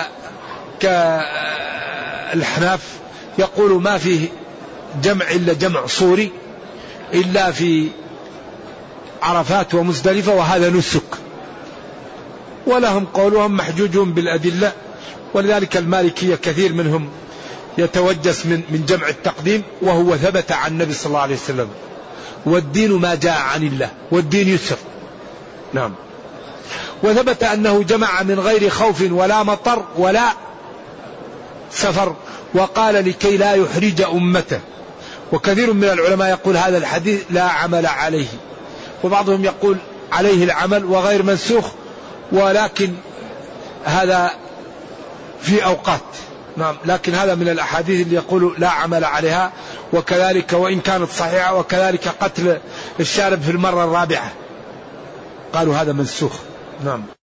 كالحناف يقول ما فيه جمع إلا جمع صوري إلا في عرفات ومزدلفة، وهذا نسك، ولهم قولهم محجوجون بالأدلة. ولذلك المالكية كثير منهم يتوجس من جمع التقديم، وهو ثبت عن النبي صلى الله عليه وسلم. والدين ما جاء عن الله، والدين يسر. نعم. وثبت أنه جمع من غير خوف ولا مطر ولا سفر، وقال لكي لا يحرج أمته. وكثير من العلماء يقول هذا الحديث لا عمل عليه، وبعضهم يقول عليه العمل وغير منسوخ، ولكن هذا في أوقات. نعم. لكن هذا من الأحاديث اللي يقول لا عمل عليها، وكذلك وإن كانت صحيحة، وكذلك قتل الشارب في المرة الرابعة قالوا هذا منسوخ. نعم.